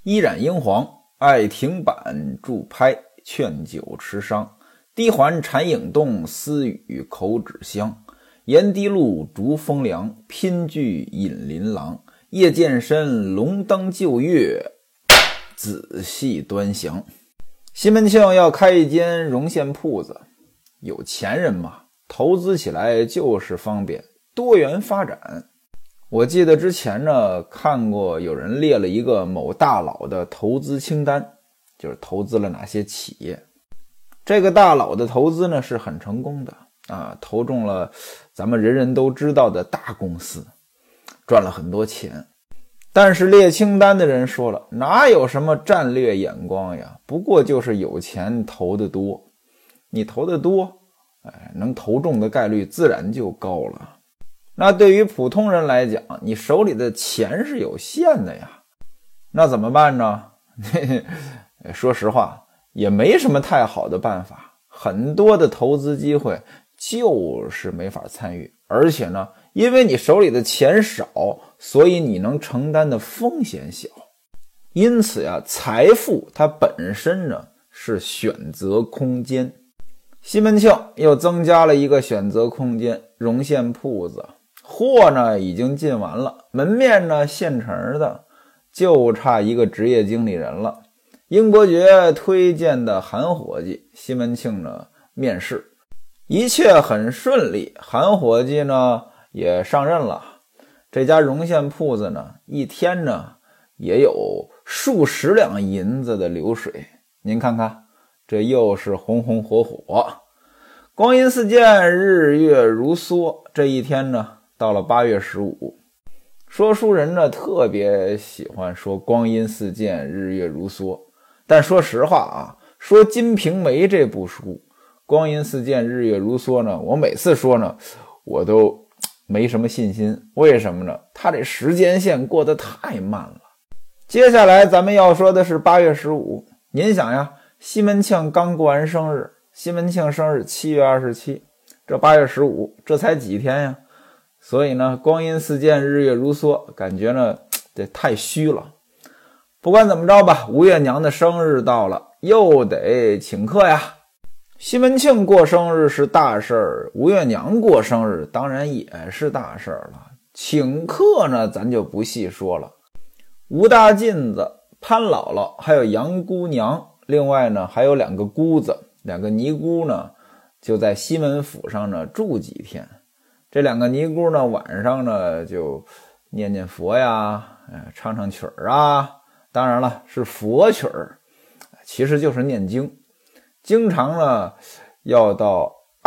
依染英皇，爱停板助拍，劝酒持觞。低环禅影动，私语口指香。沿堤路，逐风凉，拼聚引琳琅。夜渐深，龙灯旧月，仔细端详。西门庆要开一间绒线铺子，有钱人嘛，投资起来就是方便，多元发展。我记得之前呢看过有人列了一个某大佬的投资清单，就是投资了哪些企业。这个大佬的投资呢是很成功的啊，投中了咱们人人都知道的大公司，赚了很多钱。但是列清单的人说了，哪有什么战略眼光呀，不过就是有钱投得多。你投得多，能投中的概率自然就高了。那对于普通人来讲，你手里的钱是有限的呀，那怎么办呢？说实话，也没什么太好的办法，很多的投资机会就是没法参与，而且呢，因为你手里的钱少，所以你能承担的风险小。因此呀，财富它本身呢是选择空间。西门庆又增加了一个选择空间，绒线铺子。货呢已经进完了，门面呢现成的，就差一个职业经理人了。英伯爵推荐的韩伙计，西门庆呢面试，一切很顺利，韩伙计呢也上任了。这家绒线铺子呢一天呢也有数十两银子的流水，您看看，这又是红红火火。光阴似箭，日月如梭，这一天呢到了8月15，说书人呢特别喜欢说光阴似箭，日月如梭。但说实话啊，说《金瓶梅》这部书，光阴似箭，日月如梭呢，我每次说呢，我都没什么信心。为什么呢？它这时间线过得太慢了。接下来咱们要说的是8月15，您想呀，西门庆刚过完生日，西门庆生日7月27，这8月15，这才几天呀？所以呢，光阴似箭，日月如梭，感觉呢这太虚了。不管怎么着吧，吴月娘的生日到了，又得请客呀。西门庆过生日是大事儿，吴月娘过生日当然也是大事儿了。请客呢咱就不细说了，吴大妗子、潘姥姥还有杨姑娘，另外呢还有2个姑子，2个尼姑呢就在西门府上呢住几天。这2个尼姑呢晚上呢就念念佛呀，唱唱曲儿啊，当然了是佛曲儿，其实就是念经。经常呢要到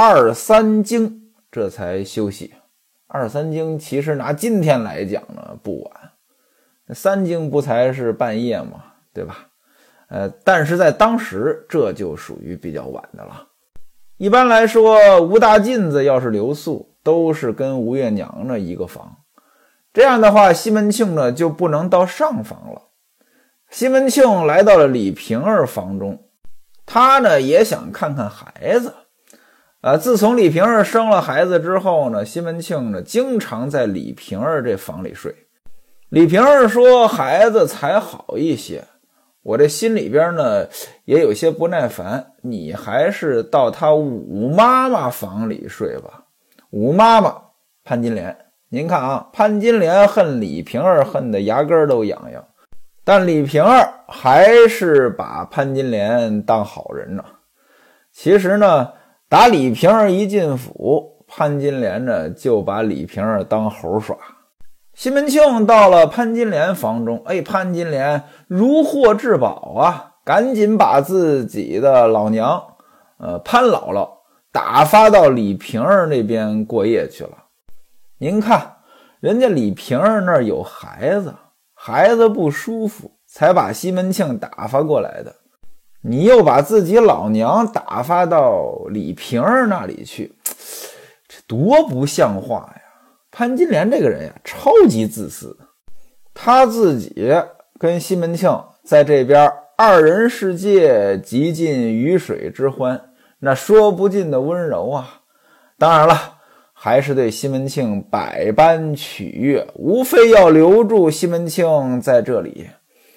2、3更这才休息。2、3更其实拿今天来讲呢不晚，3更不才是半夜嘛，对吧？但是在当时这就属于比较晚的了。一般来说，吴大妗子要是留宿，都是跟吴月娘呢一个房。这样的话，西门庆呢就不能到上房了。西门庆来到了李瓶儿房中，他呢也想看看孩子。自从李瓶儿生了孩子之后呢，西门庆呢经常在李瓶儿这房里睡。李瓶儿说孩子才好一些，我这心里边呢也有些不耐烦，你还是到他武妈妈房里睡吧。武妈妈潘金莲，您看啊，潘金莲恨李瓶儿恨得牙根都痒痒，但李瓶儿还是把潘金莲当好人呢。其实呢，打李瓶儿一进府，潘金莲呢就把李瓶儿当猴耍。西门庆到了潘金莲房中，潘金莲如获至宝啊，赶紧把自己的老娘潘姥姥打发到李瓶儿那边过夜去了。您看，人家李瓶儿那儿有孩子，孩子不舒服才把西门庆打发过来的，你又把自己老娘打发到李瓶儿那里去，这多不像话呀。潘金莲这个人呀，超级自私，他自己跟西门庆在这边2人世界，极尽鱼水之欢，那说不尽的温柔啊。当然了，还是对西门庆百般取悦，无非要留住西门庆在这里。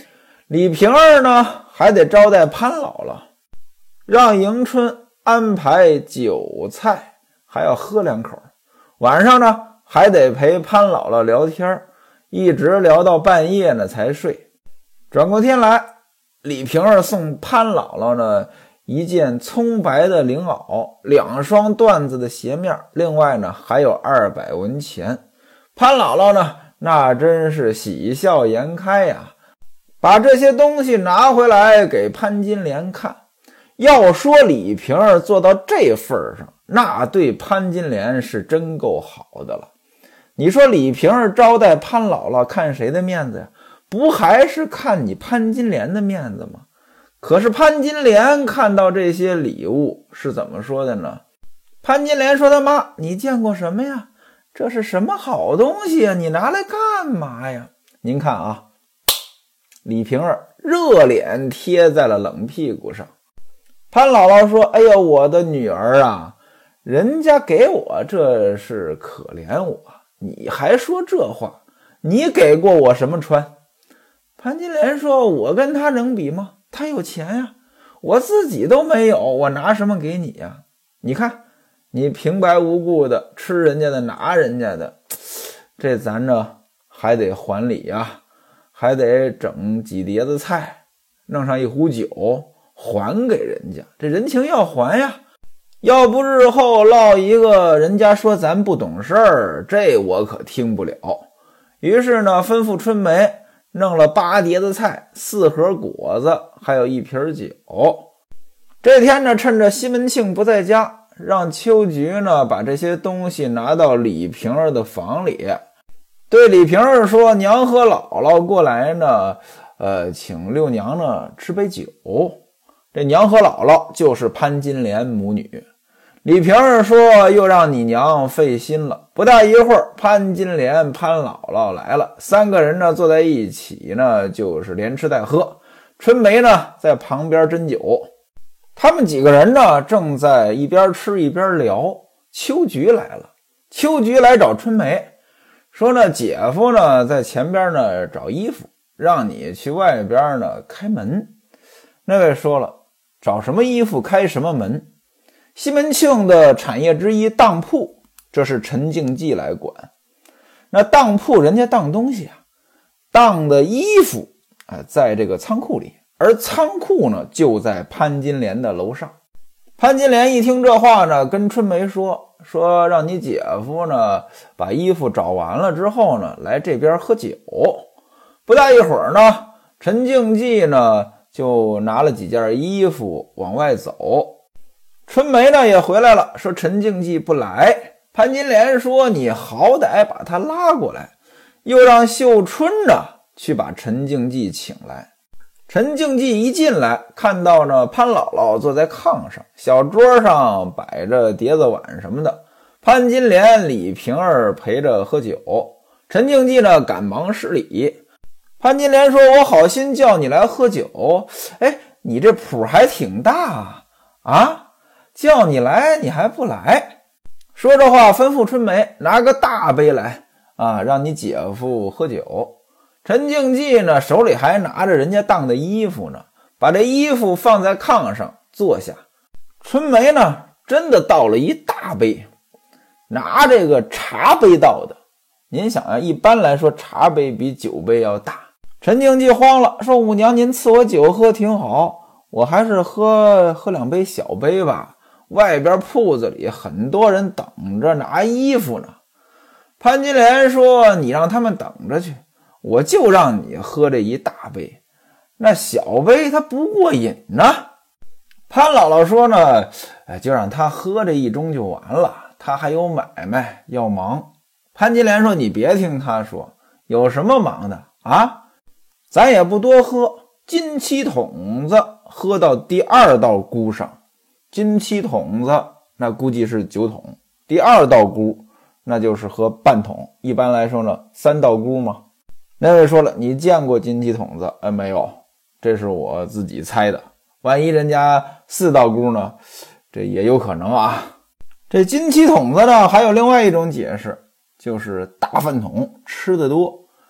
李瓶儿呢还得招待潘姥姥，让迎春安排酒菜，还要喝2口。晚上呢还得陪潘姥姥聊天，一直聊到半夜呢才睡。转过天来，李瓶儿送潘姥姥呢一件葱白的绫袄，2双缎子的鞋面，另外呢还有200文钱。潘姥姥呢那真是喜笑颜开呀，把这些东西拿回来给潘金莲看。要说李瓶儿做到这份上，那对潘金莲是真够好的了。你说李瓶儿招待潘姥姥看谁的面子呀？不还是看你潘金莲的面子吗？可是潘金莲看到这些礼物是怎么说的呢？潘金莲说：“他妈，你见过什么呀？这是什么好东西呀？你拿来干嘛呀？”您看啊，李瓶儿热脸贴在了冷屁股上。潘姥姥说：“哎呀，我的女儿啊，人家给我这是可怜我，你还说这话？你给过我什么穿？”潘金莲说：“我跟他能比吗？他有钱呀，我自己都没有，我拿什么给你呀？你看你平白无故的吃人家的，拿人家的，这咱呢还得还礼呀，还得整几碟子菜，弄上一壶酒还给人家，这人情要还呀，要不日后落一个人家说咱不懂事儿，这我可听不了。”于是呢吩咐春梅弄了8碟子菜，4盒果子，还有1瓶酒。这天呢趁着西门庆不在家，让秋菊呢把这些东西拿到李瓶儿的房里，对李瓶儿说：“娘和姥姥过来呢请六娘呢吃杯酒。”这娘和姥姥就是潘金莲母女。李瓶儿说：“又让你娘费心了。”不大一会儿，潘金莲、潘姥姥来了，3个人呢坐在一起呢，就是连吃带喝。春梅呢在旁边斟酒，他们几个人呢正在一边吃一边聊。秋菊来了，秋菊来找春梅，说呢姐夫呢在前边呢找衣服，让你去外边呢开门。那位说了，找什么衣服开什么门？西门庆的产业之一当铺，这是陈静济来管。那当铺人家当东西啊，当的衣服在这个仓库里，而仓库呢就在潘金莲的楼上。潘金莲一听这话呢，跟春梅说让你姐夫呢把衣服找完了之后呢来这边喝酒。不大一会儿呢，陈静济呢就拿了几件衣服往外走。春梅呢也回来了，说陈静济不来。潘金莲说：“你好歹把他拉过来。”又让秀春呢去把陈静济请来。陈静济一进来，看到呢潘姥姥坐在炕上，小桌上摆着碟子碗什么的，潘金莲、李瓶儿陪着喝酒。陈静济呢赶忙施礼。潘金莲说：“我好心叫你来喝酒，你这谱还挺大啊，叫你来你还不来。”说这话吩咐春梅拿个大杯来让你姐夫喝酒。陈静济呢手里还拿着人家当的衣服呢，把这衣服放在炕上坐下。春梅呢真的倒了一大杯，拿这个茶杯倒的。您想一般来说茶杯比酒杯要大。陈静济慌了，说：“五娘您赐我酒喝挺好，我还是喝2杯小杯吧，外边铺子里很多人等着拿衣服呢。”潘金莲说：“你让他们等着去，我就让你喝这一大杯，那小杯他不过瘾呢。”潘姥姥说呢：“就让他喝这一盅就完了，他还有买卖要忙。”潘金莲说：“你别听他说，有什么忙的啊？咱也不多喝，金七桶子喝到第2道箍上。金七桶子那估计是9桶，第2道箍那就是喝半桶，一般来说呢3道箍嘛。”那位说了：“你见过金七桶子？”没有，这是我自己猜的，万一人家4道箍呢，这也有可能啊。这金七桶子呢还有另外一种解释，就是大饭桶，吃得多。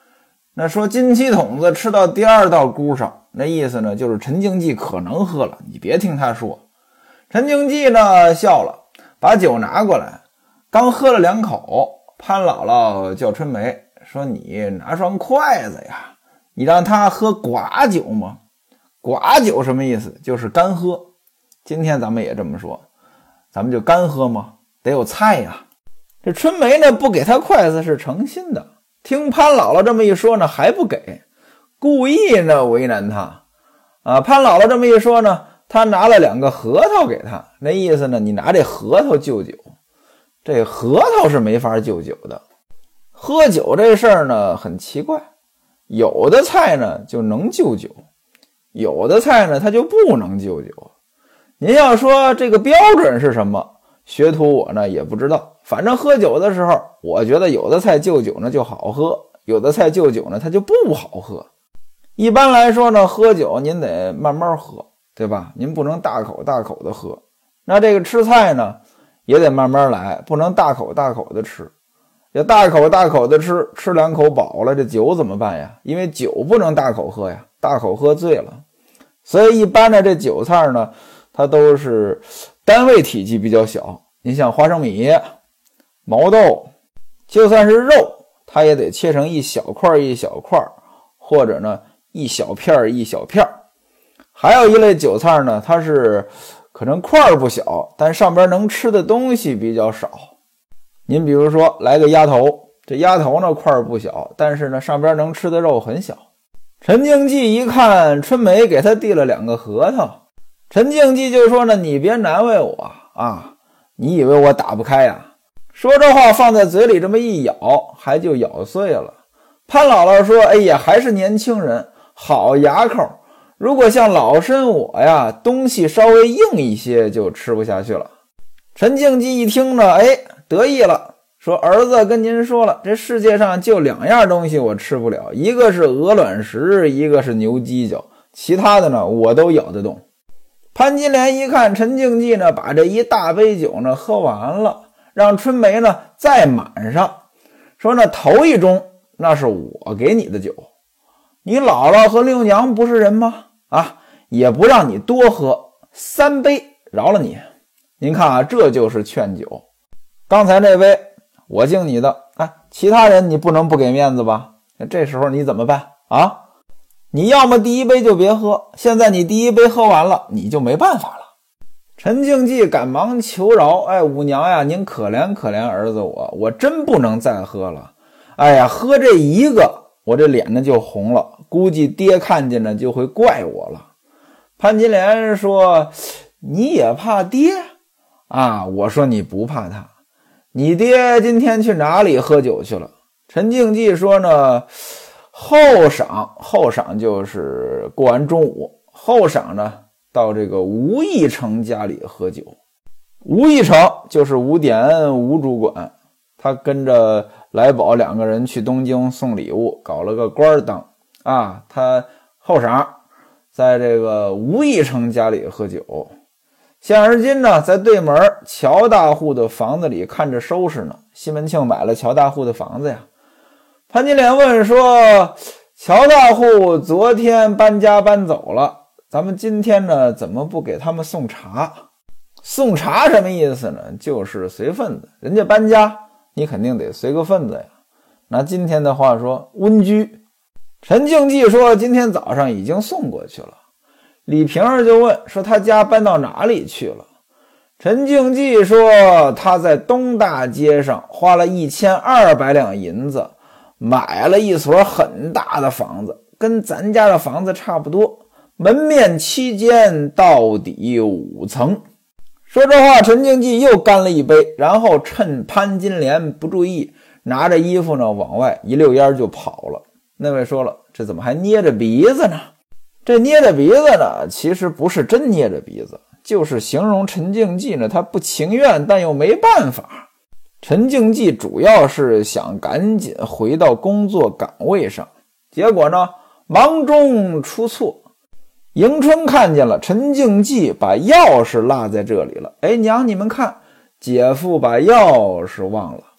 那说金七筒子吃到第二道菇上，那意思呢就是陈静济可能喝了，你别听他说。陈静济呢笑了，把酒拿过来，刚喝了2口，潘姥姥叫春梅说：“你拿双筷子呀，你让他喝寡酒吗？”寡酒什么意思？就是干喝。今天咱们也这么说，咱们就干喝吗？得有菜呀。这春梅呢不给他筷子是诚心的，听潘姥姥这么一说呢还不给，故意呢为难他潘姥姥这么一说呢，他拿了2个核桃给他，那意思呢你拿这核桃就酒。这核桃是没法就酒的。喝酒这事儿呢很奇怪，有的菜呢就能就酒，有的菜呢它就不能就酒。您要说这个标准是什么，学徒我呢也不知道，反正喝酒的时候我觉得有的菜就酒呢就好喝，有的菜就酒呢它就不好喝。一般来说呢喝酒您得慢慢喝，对吧？您不能大口大口的喝。那这个吃菜呢也得慢慢来，不能大口大口的吃。要大口大口的吃2口饱了，这酒怎么办呀？因为酒不能大口喝呀，大口喝醉了。所以一般的这韭菜呢它都是单位体积比较小，你像花生米、毛豆，就算是肉它也得切成一小块一小块，或者呢一小片一小片。还有一类韭菜呢，它是可能块不小，但上边能吃的东西比较少。您比如说来个鸭头，这鸭头呢块不小，但是呢上边能吃的肉很小。陈静济一看春梅给他递了2个核桃，陈静济就说呢，你别难为我啊，你以为我打不开呀？说这话放在嘴里这么一咬，还就咬碎了。潘姥姥说，哎呀，还是年轻人，好牙口，如果像老身我呀，东西稍微硬一些就吃不下去了。陈静济一听呢，哎，得意了，说儿子跟您说了，这世界上就2样东西我吃不了，一个是鹅卵石，一个是牛犄角，其他的呢我都咬得动。潘金莲一看陈静济呢把这一大杯酒呢喝完了，让春梅呢再满上，说呢头一盅那是我给你的酒，你姥姥和六娘不是人吗？也不让你多喝，3杯饶了你。您看啊，这就是劝酒。刚才这杯我敬你的，其他人你不能不给面子吧？这时候你怎么办啊？你要么第1杯就别喝，现在你第1杯喝完了，你就没办法了。陈静济赶忙求饶，五娘呀，您可怜可怜儿子我真不能再喝了。喝这一个我这脸呢就红了，估计爹看见了就会怪我了。潘金莲说，你也怕爹我说你不怕他，你爹今天去哪里喝酒去了？陈静济说呢，后晌就是过完中午，后晌呢到这个吴义成家里喝酒。吴义成就是吴典吴主管，他跟着来宝2个人去东京送礼物，搞了个官当他后晌在这个吴义成家里喝酒。现而今呢，在对门乔大户的房子里看着收拾呢。西门庆买了乔大户的房子呀。潘金莲问说，乔大户昨天搬家搬走了，咱们今天呢怎么不给他们送茶？送茶什么意思呢？就是随份子，人家搬家你肯定得随个份子呀。拿今天的话说，温居。陈静济说今天早上已经送过去了。李瓶儿就问说他家搬到哪里去了？陈静济说他在东大街上花了1200两银子买了一所很大的房子，跟咱家的房子差不多，门面7间，到底5层。说这话陈静济又干了一杯，然后趁潘金莲不注意，拿着衣服呢往外一溜烟就跑了。那位说了，这怎么还捏着鼻子呢？这捏着鼻子呢，其实不是真捏着鼻子，就是形容陈静济呢他不情愿但又没办法。陈静济主要是想赶紧回到工作岗位上，结果呢忙中出错。迎春看见了陈静济把钥匙落在这里了，娘你们看，姐夫把钥匙忘了。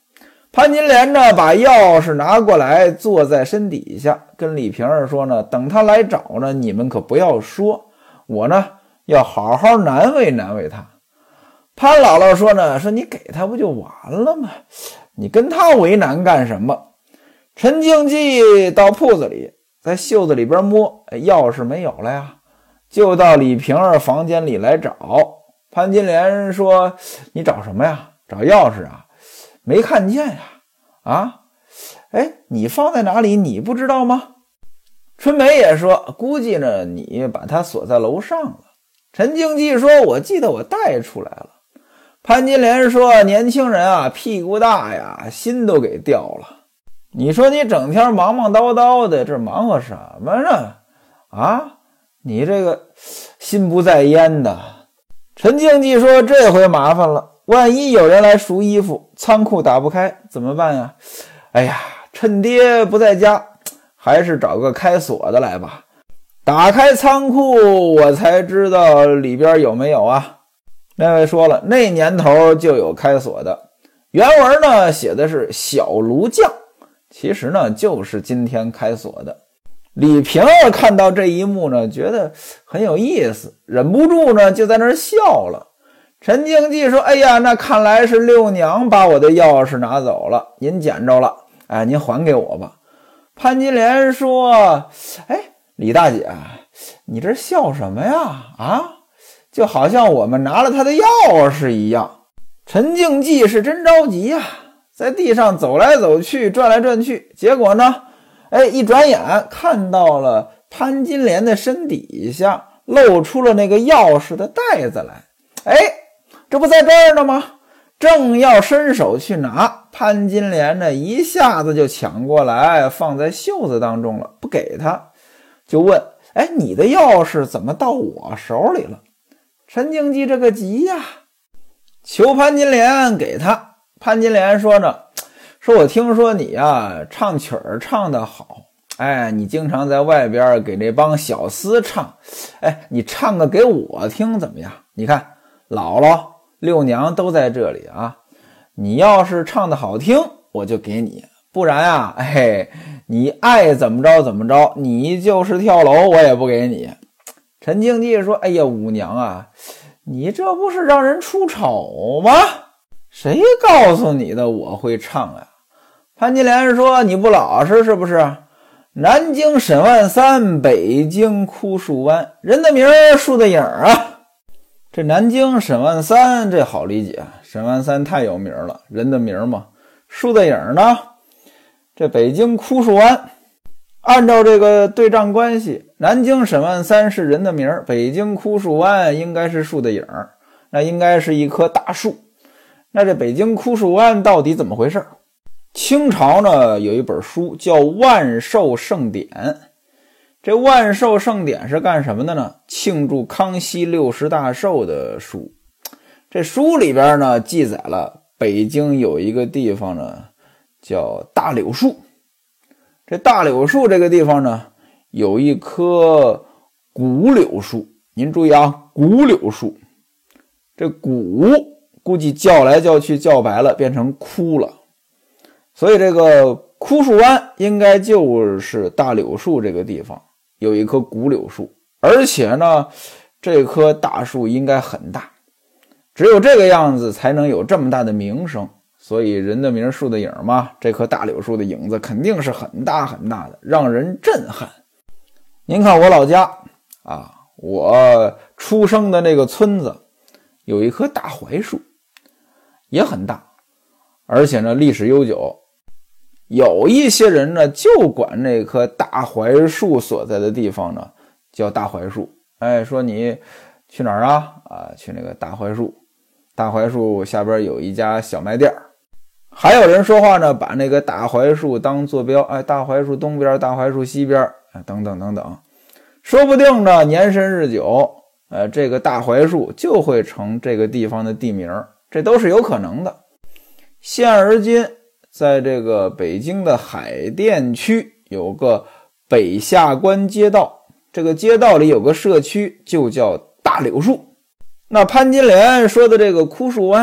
潘金莲呢，把钥匙拿过来，坐在身底下，跟李瓶儿说呢，等他来找呢，你们可不要说，我呢要好好难为难为他。潘姥姥说呢，说你给他不就完了吗？你跟他为难干什么？陈静济到铺子里，在袖子里边摸，钥匙没有了呀，就到李瓶儿房间里来找。潘金莲说，你找什么呀？找钥匙啊？没看见呀。啊，你放在哪里你不知道吗？春梅也说，估计呢你把它锁在楼上了。陈静济说，我记得我带出来了。潘金莲说，年轻人啊，屁股大呀，心都给掉了。你说你整天忙忙叨叨的，这忙活什么呢？啊，你这个心不在焉的。陈静济说，这回麻烦了，万一有人来赎衣服，仓库打不开怎么办呀？哎呀，趁爹不在家，还是找个开锁的来吧。打开仓库，我才知道里边有没有啊。那位说了，那年头就有开锁的，原文呢写的是小炉匠，其实呢就是今天开锁的。李瓶儿看到这一幕呢，觉得很有意思，忍不住呢就在那儿笑了。陈静济说，哎呀，那看来是六娘把我的钥匙拿走了，您捡着了，您还给我吧。潘金莲说，李大姐，你这笑什么呀？啊，就好像我们拿了他的钥匙一样。陈静济是真着急呀，在地上走来走去，转来转去，结果呢一转眼看到了潘金莲的身底下露出了那个钥匙的袋子来。这不在这儿呢吗？正要伸手去拿，潘金莲呢一下子就抢过来，放在袖子当中了，不给他，就问，你的钥匙怎么到我手里了？陈静济这个急呀，求潘金莲给他。潘金莲说呢，说我听说你啊唱曲儿唱得好，你经常在外边给那帮小厮唱，你唱个给我听怎么样？你看姥姥六娘都在这里啊，你要是唱得好听我就给你，不然啊你爱怎么着怎么着，你就是跳楼我也不给你。陈静济说，哎呀五娘啊，你这不是让人出丑吗？谁告诉你的我会唱啊？潘金莲说，你不老实是不是？南京沈万三，北京枯树湾，人的名儿树的影儿啊。这南京沈万三这好理解，沈万三太有名了，人的名嘛。树的影呢，这北京枯树湾，按照这个对仗关系，南京沈万三是人的名，北京枯树湾应该是树的影，那应该是一棵大树。那这北京枯树湾到底怎么回事？清朝呢有一本书叫《万寿盛典》，这万寿盛典是干什么的呢？庆祝康熙60大寿的书。这书里边呢记载了北京有一个地方呢叫大柳树。这大柳树这个地方呢有一棵古柳树，您注意啊，古柳树。这古估计叫来叫去叫白了变成枯了，所以这个枯树湾应该就是大柳树这个地方有一棵古柳树，而且呢这棵大树应该很大，只有这个样子才能有这么大的名声，所以人的名树的影嘛，这棵大柳树的影子肯定是很大很大的，让人震撼。您看我老家啊，我出生的那个村子有一棵大槐树，也很大，而且呢历史悠久。有一些人呢就管那棵大槐树所在的地方呢叫大槐树。说你去哪儿啊？去那个大槐树。大槐树下边有一家小卖店。还有人说话呢，把那个大槐树当坐标，大槐树东边，大槐树西边，等等等等。说不定呢年深日久，这个大槐树就会成这个地方的地名，这都是有可能的。现而今在这个北京的海淀区有个北下关街道，这个街道里有个社区就叫大柳树。那潘金莲说的这个枯树湾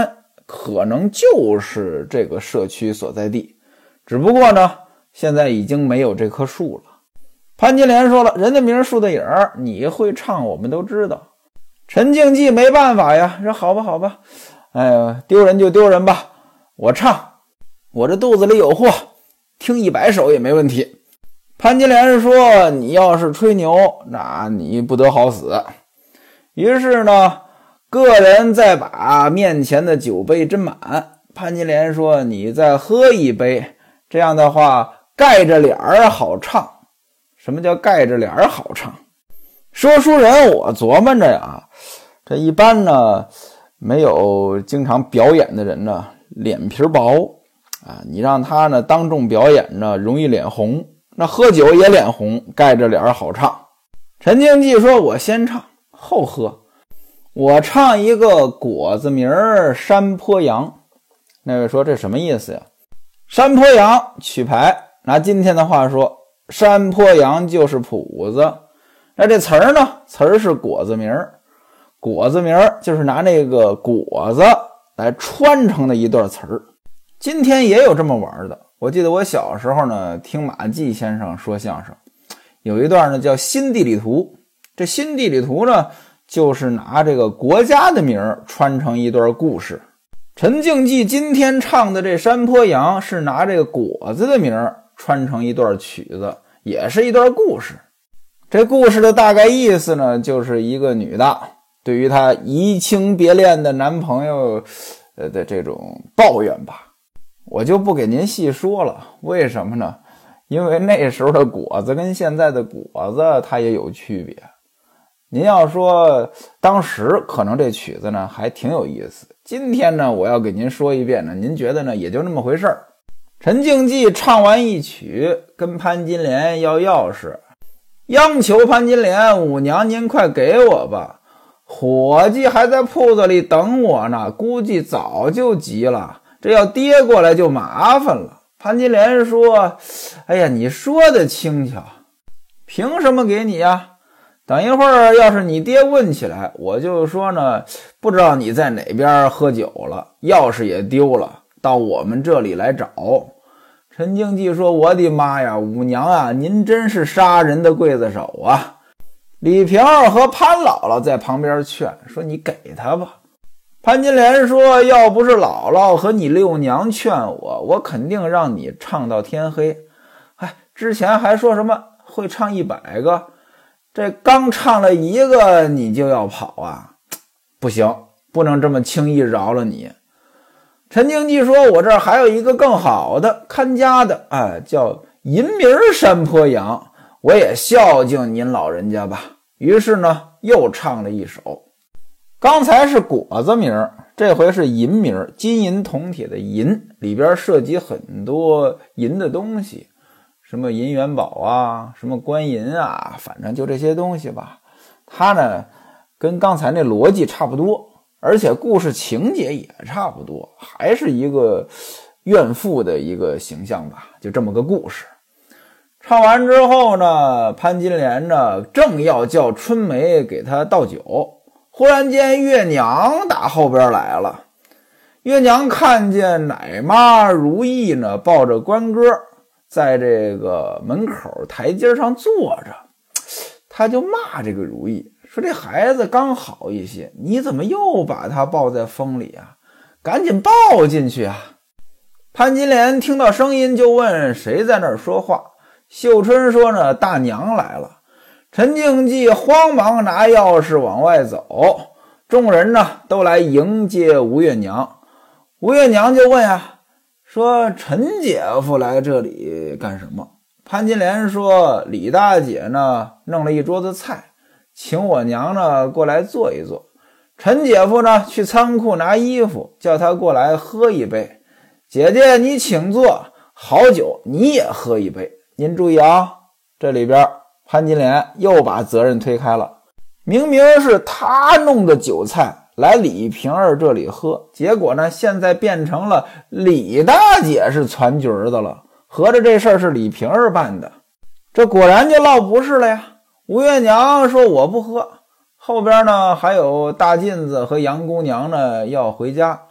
可能就是这个社区所在地，只不过呢现在已经没有这棵树了。潘金莲说了，人的名树的影儿，你会唱我们都知道。陈静济没办法呀，说好吧好吧，哎呀，丢人就丢人吧，我唱，我这肚子里有货，听100首也没问题。潘金莲说，你要是吹牛，那你不得好死。于是呢个人再把面前的酒杯斟满，潘金莲说，你再喝一杯，这样的话盖着脸儿好唱。什么叫盖着脸儿好唱？说书人我琢磨着呀，这一般呢没有经常表演的人呢脸皮薄啊，你让他呢当众表演呢容易脸红，那喝酒也脸红，盖着脸儿好唱。陈静济说，我先唱后喝，我唱一个果子名山坡羊。那位说，这什么意思呀？山坡羊取牌，拿今天的话说，山坡羊就是谱子。那这词儿呢，词儿是果子名，果子名就是拿那个果子来穿成的一段词儿。今天也有这么玩的，我记得我小时候呢听马季先生说相声，有一段呢叫新地理图。这新地理图呢就是拿这个国家的名穿成一段故事。陈静济今天唱的这山坡羊是拿这个果子的名穿成一段曲子，也是一段故事。这故事的大概意思呢，就是一个女的对于她移情别恋的男朋友的这种抱怨吧。我就不给您细说了，为什么呢？因为那时候的果子跟现在的果子它也有区别。您要说当时可能这曲子呢还挺有意思，今天呢我要给您说一遍呢，您觉得呢也就那么回事儿。陈静济唱完一曲，跟潘金莲要钥匙，央求潘金莲，五娘您快给我吧，伙计还在铺子里等我呢，估计早就急了，这要跌过来就麻烦了。潘金莲说，哎呀，你说的轻巧，凭什么给你呀？等一会儿要是你爹问起来，我就说呢，不知道你在哪边喝酒了，钥匙也丢了，到我们这里来找。陈静济说，我的妈呀，五娘啊，您真是杀人的刽子手啊。李瓶儿和潘姥姥在旁边劝说，你给他吧。潘金莲说，要不是姥姥和你六娘劝我，我肯定让你唱到天黑。之前还说什么会唱100个，这刚唱了一个你就要跑啊？不行，不能这么轻易饶了你。陈静济说，我这儿还有一个更好的看家的，叫银名山坡羊，我也孝敬您老人家吧。于是呢又唱了一首。刚才是果子名，这回是银名，金银铜铁的银，里边涉及很多银的东西，什么银元宝啊，什么官银啊，反正就这些东西吧。它呢跟刚才那逻辑差不多，而且故事情节也差不多，还是一个怨妇的一个形象吧，就这么个故事。唱完之后呢，潘金莲呢正要叫春梅给他倒酒，忽然间月娘打后边来了。月娘看见奶妈如意呢抱着关哥在这个门口台阶上坐着，他就骂这个如意，说这孩子刚好一些，你怎么又把他抱在风里啊？赶紧抱进去啊！潘金莲听到声音就问谁在那儿说话。秀春说呢，大娘来了。陈静济慌忙拿钥匙往外走，众人呢都来迎接吴月娘。吴月娘就问呀，说陈姐夫来这里干什么？潘金莲说，李大姐呢弄了一桌子菜，请我娘呢过来坐一坐。陈姐夫呢去仓库拿衣服，叫他过来喝一杯。姐姐你请坐，好酒你也喝一杯。您注意啊，这里边潘金莲又把责任推开了，明明是他弄的酒菜来李瓶儿这里喝，结果呢现在变成了李大姐是攒局的了，合着这事儿是李瓶儿办的，这果然就落不是了呀。吴月娘说我不喝，后边呢还有大妗子和杨姑娘呢要回家。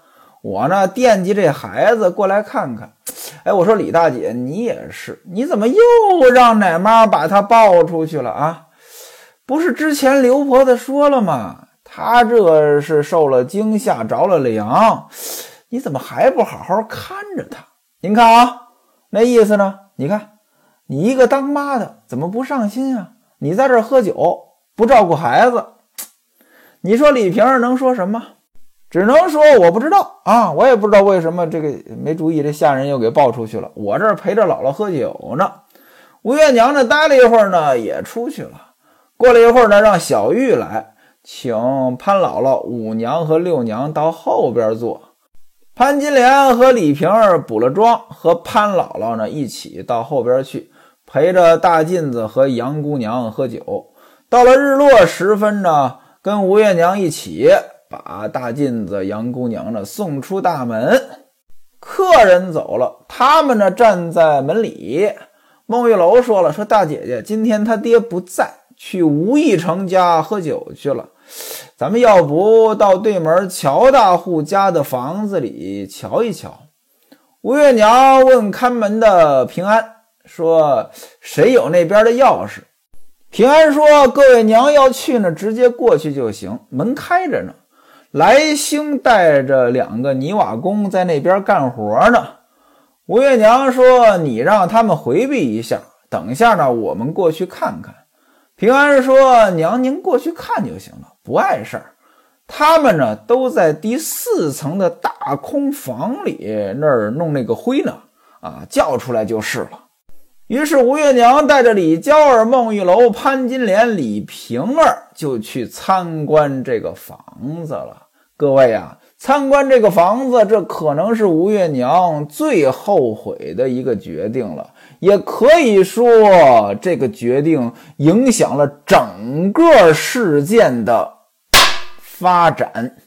我呢惦记这孩子过来看看。哎，我说李大姐你也是，你怎么又让奶妈把他抱出去了啊？不是之前刘婆子说了吗？他这是受了惊吓着了凉，你怎么还不好好看着他？您看啊，那意思呢？你看你一个当妈的怎么不上心啊？你在这儿喝酒不照顾孩子，你说李瓶儿能说什么？只能说我不知道啊，我也不知道为什么这个没注意，这下人又给抱出去了。我这儿陪着姥姥喝酒呢。吴月娘呢待了一会儿呢也出去了。过了一会儿呢，让小玉来请潘姥姥、五娘和六娘到后边坐。潘金莲和李瓶儿补了妆，和潘姥姥呢一起到后边去，陪着大妗子和杨姑娘喝酒。到了日落时分呢，跟吴月娘一起把大妗子、杨姑娘呢送出大门。客人走了，他们呢站在门里。孟玉楼说了，说大姐姐今天他爹不在，去吴义成家喝酒去了，咱们要不到对门乔大户家的房子里瞧一瞧。吴月娘问看门的平安，说谁有那边的钥匙？平安说各位娘要去呢，直接过去就行，门开着呢。来兴带着2个泥瓦工在那边干活呢。吴月娘说你让他们回避一下，等一下呢我们过去看看。平安说娘您过去看就行了，不碍事儿。他们呢都在第4层的大空房里那儿弄那个灰呢，叫出来就是了。于是吴月娘带着李娇儿、孟玉楼、潘金莲、李瓶儿就去参观这个房子了。各位啊，参观这个房子，这可能是吴月娘最后悔的一个决定了，也可以说这个决定影响了整个事件的发展。